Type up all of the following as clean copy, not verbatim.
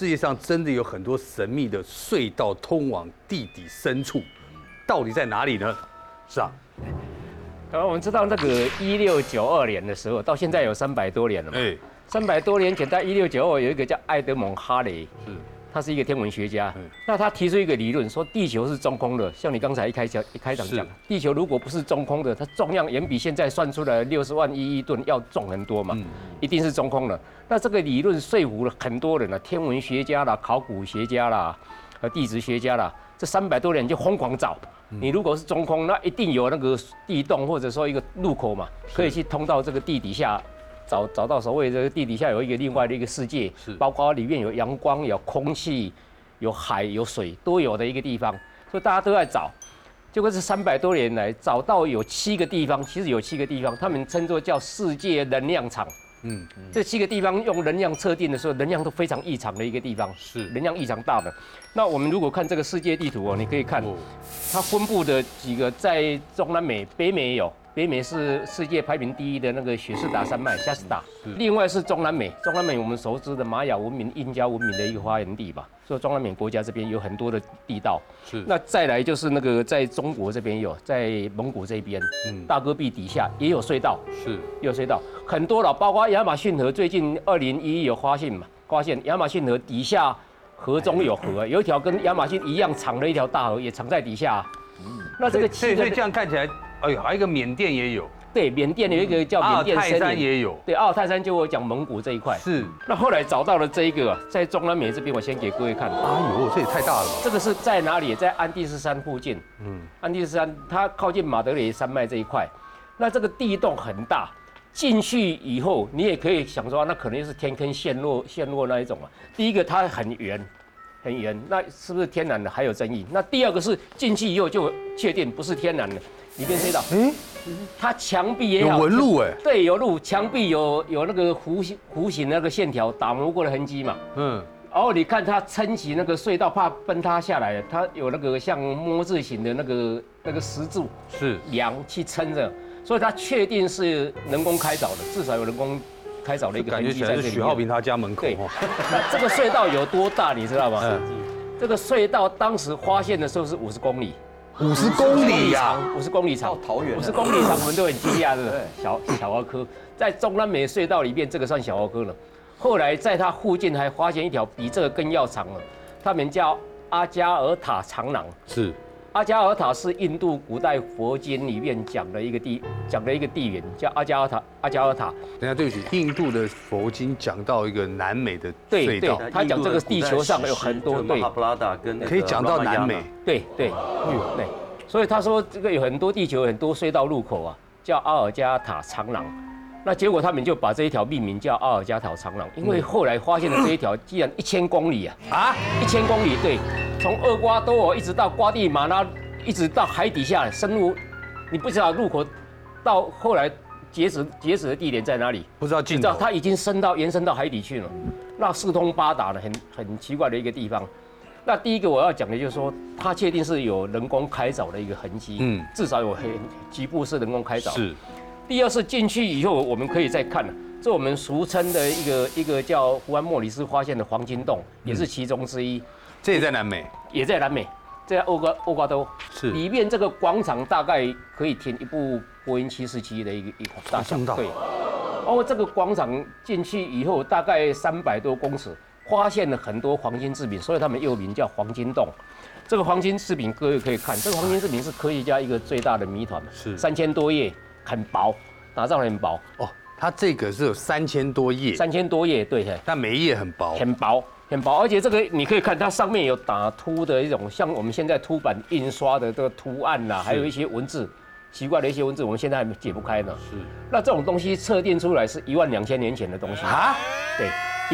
世界上真的有很多神秘的隧道通往地底深处，到底在哪里呢？是啊， 我们知道那个1692年的时候，到现在有300多年了嘛。300多年前，在1692有一个叫爱德蒙·哈雷，他是一个天文学家。那他提出一个理论，说地球是中空的。像你刚才一开场讲，地球如果不是中空的，它重量远比现在算出来60万亿吨要重很多嘛，一定是中空的。那这个理论说服了很多人啊，天文学家啦、考古学家啦、地质学家啦，这300多年就疯狂找。你如果是中空，那一定有那个地洞或者说一个入口嘛，可以去通到这个地底下。找到所谓这个地底下有一个另外的一个世界，包括里面有阳光、有空气、有海、有水都有的一个地方，所以大家都在找。结果是300多年来找到有7个地方，其实有7个地方，他们称作叫世界能量场。这7个地方用能量测定的时候，能量都非常异常的一个地方，是能量异常大的。那我们如果看这个世界地图哦，你可以看它分布的几个在中南美、北美也有。北美是世界排名第1的那个雪士达山脉夏斯达，另外是中南美，中南美我们熟知的玛雅文明、印加文明的一个发源地吧，所以中南美国家这边有很多的地道。那再来就是那个在中国这边有，在蒙古这边，大戈壁底下也有隧道，也有隧道很多了，包括亚马逊河，最近2011有发现亚马逊河底下河中有河，有一条跟亚马逊一样长的一条大河也藏在底下。那这个所以这样看起来。哎呦，还有一个缅甸也有， 对，缅甸有一个叫缅甸森林， 阿尔泰山也有， 对，阿尔泰山就我讲蒙古这一块。是，那后来找到了这一个，在中南美这边，我先给各位看。 哎呦，这也太大了吧！ 这个是在哪里？在安第斯山附近。安第斯山它靠近马德雷山脉这一块，那这个地洞很大，进去以后你也可以想说，那可能是天坑陷落那一种啊。第一个它很圆，那是不是天然的还有争议？那第二个是进去以后就确定不是天然的。里面隧道，它墙壁也好， 有纹路哎， 对，有路，墙壁有那个弧形那个线条打磨过的痕迹嘛，然后你看它撑起那个隧道，怕崩塌下来，它有那个像摸字形的那个石柱梁去撑着，所以它确定是人工开凿的，至少有人工开凿的一个痕迹在这里。感觉起来是许浩平他家门口。 对，那这个隧道有多大，你知道吗？这个隧道当时发现的时候是50公里。 50公里呀 ，50公里长， 到桃园 50公里长，我们都很惊讶，对不对？小儿科，在中南美隧道里面，这个算小儿科了。后来在它附近还发现一条比这个更要长了，它名叫阿加尔塔长廊。阿加尔塔是印度古代佛经里面讲的一个地名，叫阿加尔塔。 等下，对不起，印度的佛经讲到一个南美的隧道， 他讲这个地球上有很多对， 可以讲到南美。 对，所以他说这个有很多地球有很多隧道入口啊，叫阿尔加塔长廊。那结果他们就把这一条命名叫阿尔加塔长廊，因为后来发现的这一条竟然1000公里啊，1000公里，对。从厄瓜多尔一直到瓜地马拉，一直到海底下深入，你不知道入口到后来截止的地点在哪里？ 不知道尽头。 它已经延伸到海底去了，那四通八达的很奇怪的一个地方。那第一个我要讲的就是说，它确定是有人工开凿的一个痕迹，至少有局部是人工开凿。是。第二是进去以后，我们可以再看了，这我们俗称的一个叫胡安莫里斯发现的黄金洞，也是其中之一。 这也在南美， 在厄瓜多，是里面这个广场大概可以停一部波音747的一个大小，对。然后这个广场进去以后，大概300多公尺，发现了很多黄金制品，所以他们又名叫黄金洞。这个黄金制品各位可以看，这个黄金制品是科学家一个最大的谜团，是3000多页，很薄，打造很薄。 哦，它这个是有3000多页 ，3000多页，对， 但每一页很薄， 很薄，而且这个你可以看，它上面有打凸的一种，像我们现在凸版印刷的这个图案啦，还有一些文字，奇怪的一些文字，我们现在还解不开呢。是，那这种东西测定出来是12000年前的东西啊？对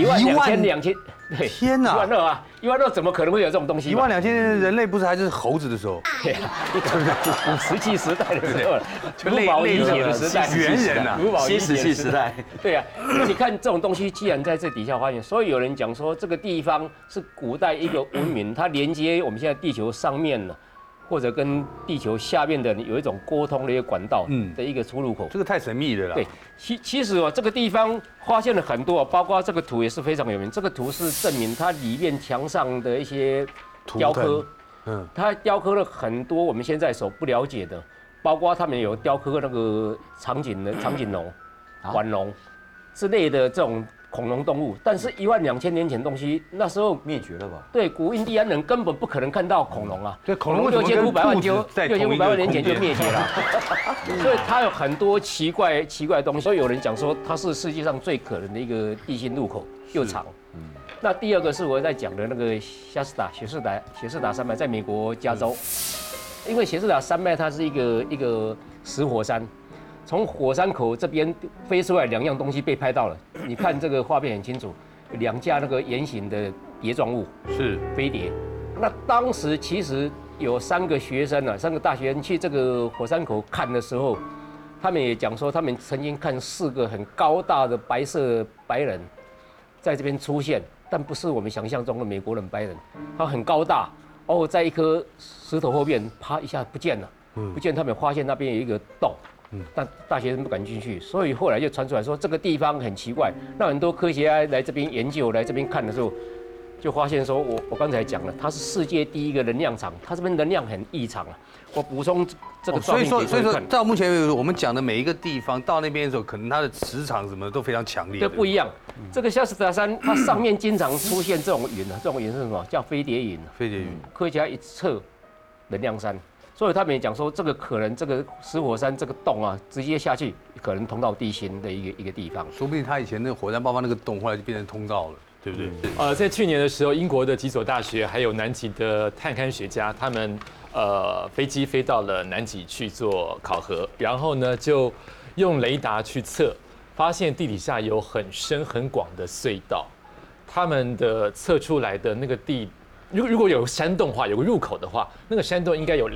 ，12000，对， 天哪 ，12000啊，12000怎么可能会有这种东西 ？12000年人类不是还是猴子的时候？ 对呀，古石器时代的时候，茹毛饮血的时代， 猿人啊， 新石器时代。 对呀，那你看这种东西，既然在这底下发现，所以有人讲说，这个地方是古代一个文明，它连接我们现在地球上面了或者跟地球下面的有一种沟通的一个管道的一个出入口。 这个太神秘了啦。 对，其实这个地方发现了很多，包括这个图也是非常有名。这个图是证明它里面墙上的一些雕刻，它雕刻了很多我们现在所不了解的，包括他们有雕刻那个长颈龙、腕龙之类的这种恐龙动物，但是12000年前的东西，那时候灭绝了吧？ 对，古印第安人根本不可能看到恐龙啊。 对，恐龙 6500万年前就灭绝了，所以它有很多奇怪的东西。所以有人讲说它是世界上最可能的一个地心入口，又长。那第二个是我在讲的那个雪士达山脉，在美国加州，因为雪士达山脉它是一个死火山。从火山口这边飞出来2样东西被拍到了，你看这个画面很清楚，2架那个圆形的碟状物是飞碟。那当时其实有3个学生啊，3个大学生去这个火山口看的时候，他们也讲说，他们曾经看4个很高大的白色白人在这边出现，但不是我们想象中的美国人白人，他很高大，在一颗石头后面，啪一下不见了，不见，他们发现那边有一个洞。但大学生不敢进去，所以后来就传出来说这个地方很奇怪。那很多科学家来这边研究、来这边看的时候，就发现说，我刚才讲了，它是世界第一个能量场，它这边能量很异常啊。我补充这个照片给各位看。 所以说，到目前为止，我们讲的每一个地方到那边的时候，可能它的磁场什么的都非常强烈。 这不一样。这个夏斯达山，它上面经常出现这种云啊，这种云是什么？叫飞碟云。 飞碟云。 科学家一测，能量山。所以他们也讲说，这个可能这个死火山这个洞啊，直接下去可能通到地心的一个地方。 说不定他以前那个火山爆发那个洞，后来就变成通道了，对不对？ 在去年的时候，英国的几所大学还有南极的探勘学家，他们飞机飞到了南极去做考核，然后呢就用雷达去测，发现地底下有很深很广的隧道，他们的测出来的那个地。如果有山洞的话，有个入口的话，那个山洞应该有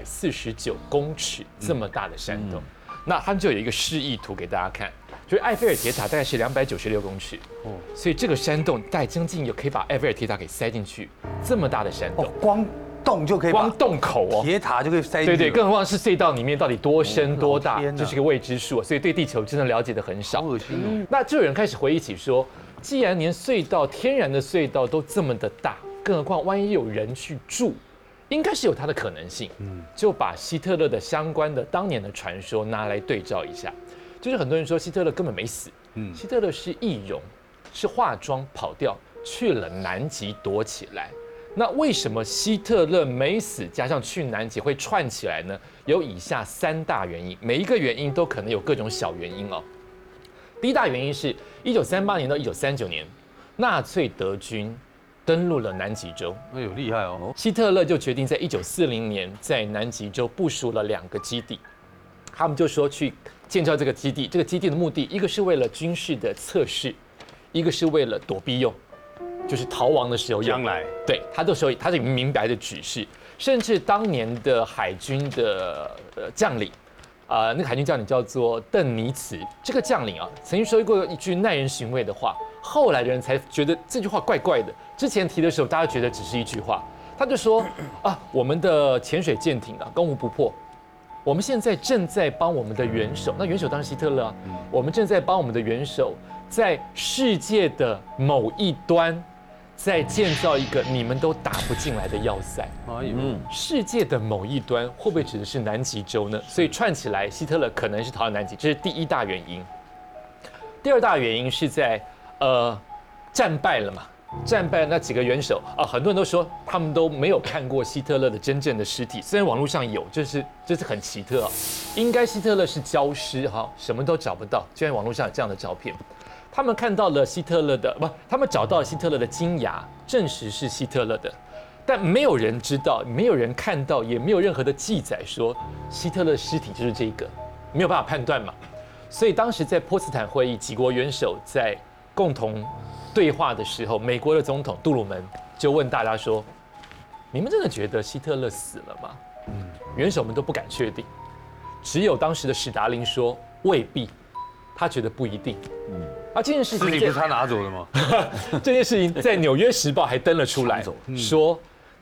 249公尺这么大的山洞。那他们就有一个示意图给大家看，就是埃菲尔铁塔大概是296公尺，所以这个山洞大概将近可以把埃菲尔铁塔给塞进去，这么大的山洞， 光洞就可以， 光洞口铁塔就可以塞进去。 对，更何况是隧道里面到底多深多大，这是个未知数，所以对地球真的了解的很少。 好恶心哦！ 那就有人开始回忆起说，既然连隧道天然的隧道都这么的大。更何况，万一有人去住，应该是有它的可能性。就把希特勒的相关的当年的传说拿来对照一下，就是很多人说希特勒根本没死，希特勒是易容，是化妆跑掉去了南极躲起来。那为什么希特勒没死加上去南极会串起来呢？有以下3大原因，每一个原因都可能有各种小原因哦。第一大原因是1938年到1939年，纳粹德军登陆了南极洲， 哎呦厉害哦！ 希特勒就决定在1940年在南极洲部署了2个基地，他们就说去建造这个基地。这个基地的目的，一个是为了军事的测试，一个是为了躲避用，就是逃亡的时候用。 将来， 对，他都说他是明白的指示，甚至当年的海军的将领。那个海军将领叫做邓尼茨，这个将领啊，曾经说过一句耐人寻味的话，后来的人才觉得这句话怪怪的。之前提的时候，大家觉得只是一句话，他就说我们的潜水舰艇攻无不破，我们现在正在帮我们的元首，那元首当然希特勒啊，我们正在帮我们的元首在世界的某一端。再建造一个你们都打不进来的要塞，世界的某一端会不会指的是南极洲呢？所以串起来，希特勒可能是逃到南极，这是第一大原因。第二大原因是在战败了嘛，战败那几个元首很多人都说他们都没有看过希特勒的真正的尸体，虽然网络上有，这是很奇特应该希特勒是焦尸什么都找不到，居然网络上有这样的照片。他们看到了希特勒的他们找到了希特勒的金牙，证实是希特勒的，但没有人知道，没有人看到，也没有任何的记载说希特勒的尸体就是这个，没有办法判断嘛。所以当时在波茨坦会议，几国元首在共同对话的时候，美国的总统杜鲁门就问大家说：“你们真的觉得希特勒死了吗？”元首们都不敢确定，只有当时的史达林说未必，他觉得不一定。这件事情尸体不是他拿走的吗？ 这件事情在《纽约时报》还登了出来，说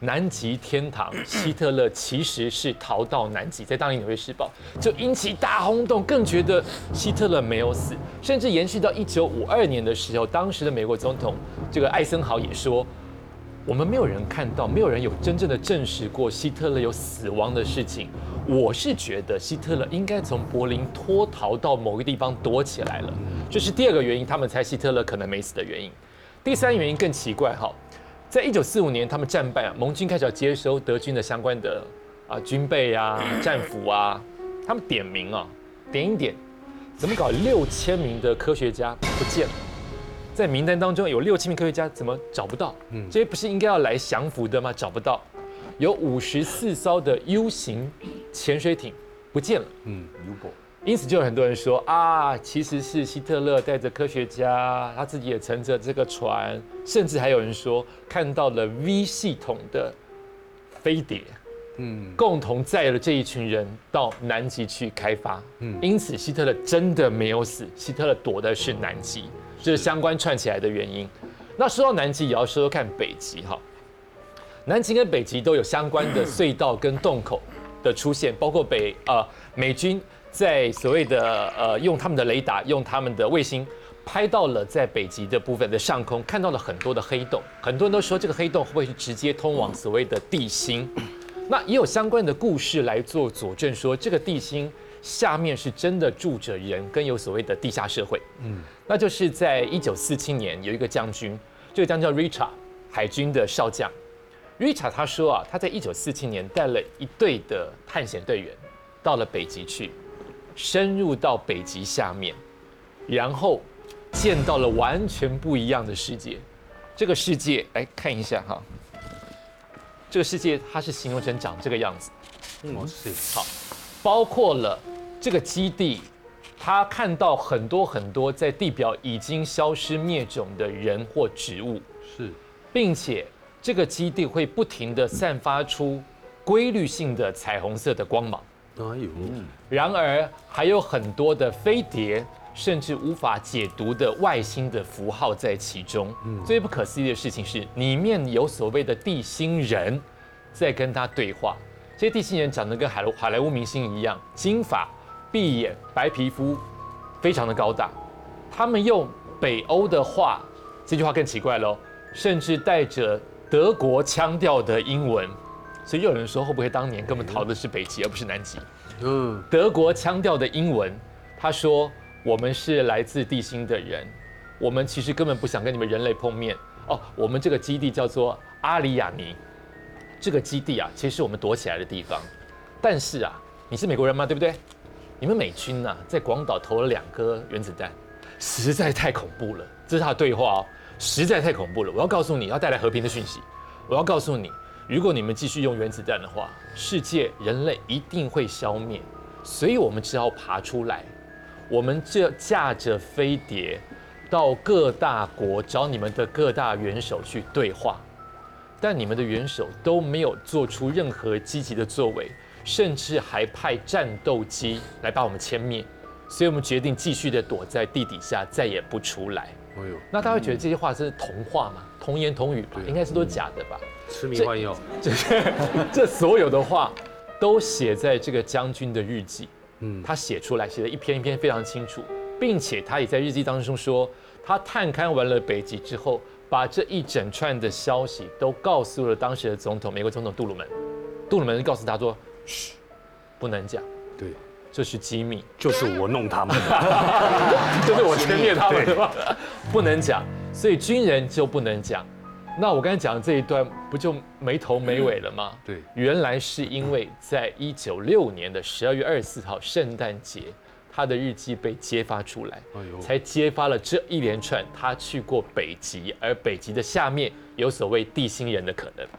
南极天堂，希特勒其实是逃到南极，在当年《纽约时报》就引起大轰动，更觉得希特勒没有死，甚至延续到1952年的时候，当时的美国总统这个艾森豪也说，我们没有人看到，没有人有真正的证实过希特勒有死亡的事情。我是觉得希特勒应该从柏林脱逃到某个地方躲起来了，这是第二个原因，他们猜希特勒可能没死的原因。第三原因更奇怪哈。在1945年，他们战败啊，盟军开始要接收德军的相关的军备啊、战俘啊，他们点名啊，点一点，怎么搞？6000名的科学家不见了，在名单当中有6000名科学家怎么找不到？这些不是应该要来降服的吗？找不到，有54艘的 U 型潜水艇不见了，U-boat。因此就有很多人说啊，其实是希特勒带着科学家，他自己也乘着这个船，甚至还有人说看到了 V 系统的飞碟，共同载了这一群人到南极去开发。因此希特勒真的没有死，希特勒躲的是南极，这是相关串起来的原因。那说到南极，也要说说看北极哈。南极跟北极都有相关的隧道跟洞口的出现，包括美军。在所谓的用他们的雷达、用他们的卫星拍到了在北极的部分的上空，看到了很多的黑洞。很多人都说这个黑洞会不会是直接通往所谓的地心？那也有相关的故事来做佐证，说这个地心下面是真的住着人，跟有所谓的地下社会。那就是在1947年有一个将军，这个将军叫 Richard， 海军的少将。Richard 他说啊，他在1947年带了一队的探险队员到了北极去。深入到北极下面，然后见到了完全不一样的世界。这个世界来看一下哈，这个世界它是形容成长这个样子。好，包括了这个基地，他看到很多在地表已经消失灭种的人或植物，并且这个基地会不停地散发出规律性的彩虹色的光芒。然而还有很多的飞碟，甚至无法解读的外星的符号在其中。最不可思议的事情是，里面有所谓的地心人在跟他对话。这些地心人长得跟好莱坞明星一样，金发、碧眼、白皮肤，非常的高大。他们用北欧的话，这句话更奇怪喽，甚至带着德国腔调的英文。所以有人说，会不会当年根本逃的是北极而不是南极？德国腔调的英文，他说：“我们是来自地心的人，我们其实根本不想跟你们人类碰面。我们这个基地叫做阿里亚尼，这个基地啊，其实是我们躲起来的地方。但是啊，你是美国人吗？对不对？你们美军啊，在广岛投了2颗原子弹，实在太恐怖了。这是他的对话哦，实在太恐怖了。我要告诉你，要带来和平的讯息。我要告诉你。”如果你们继续用原子弹的话，世界人类一定会消灭，所以我们只好爬出来。我们就驾着飞碟到各大国找你们的各大元首去对话，但你们的元首都没有做出任何积极的作为，甚至还派战斗机来把我们歼灭，所以我们决定继续的躲在地底下，再也不出来。那大家会觉得这些话是童话吗？童言童语吧，应该是都假的吧？ 吃迷幻药， 这所有的话都写在这个将军的日记。他写出来，写的一篇一篇非常清楚，并且他也在日记当中说，他探勘完了北极之后，把这一整串的消息都告诉了当时的总统，美国总统杜鲁门。杜鲁门告诉他说：“嘘，不能讲。”对，这是机密， 就是我弄他们， 就是我歼灭他们的吧，不能讲，所以军人就不能讲。那我刚才讲的这一段不就没头没尾了吗？ 对， 原来是因为在1965年的12月24号圣诞节，他的日记被揭发出来，才揭发了这一连串他去过北极，而北极的下面有所谓地心人的可能。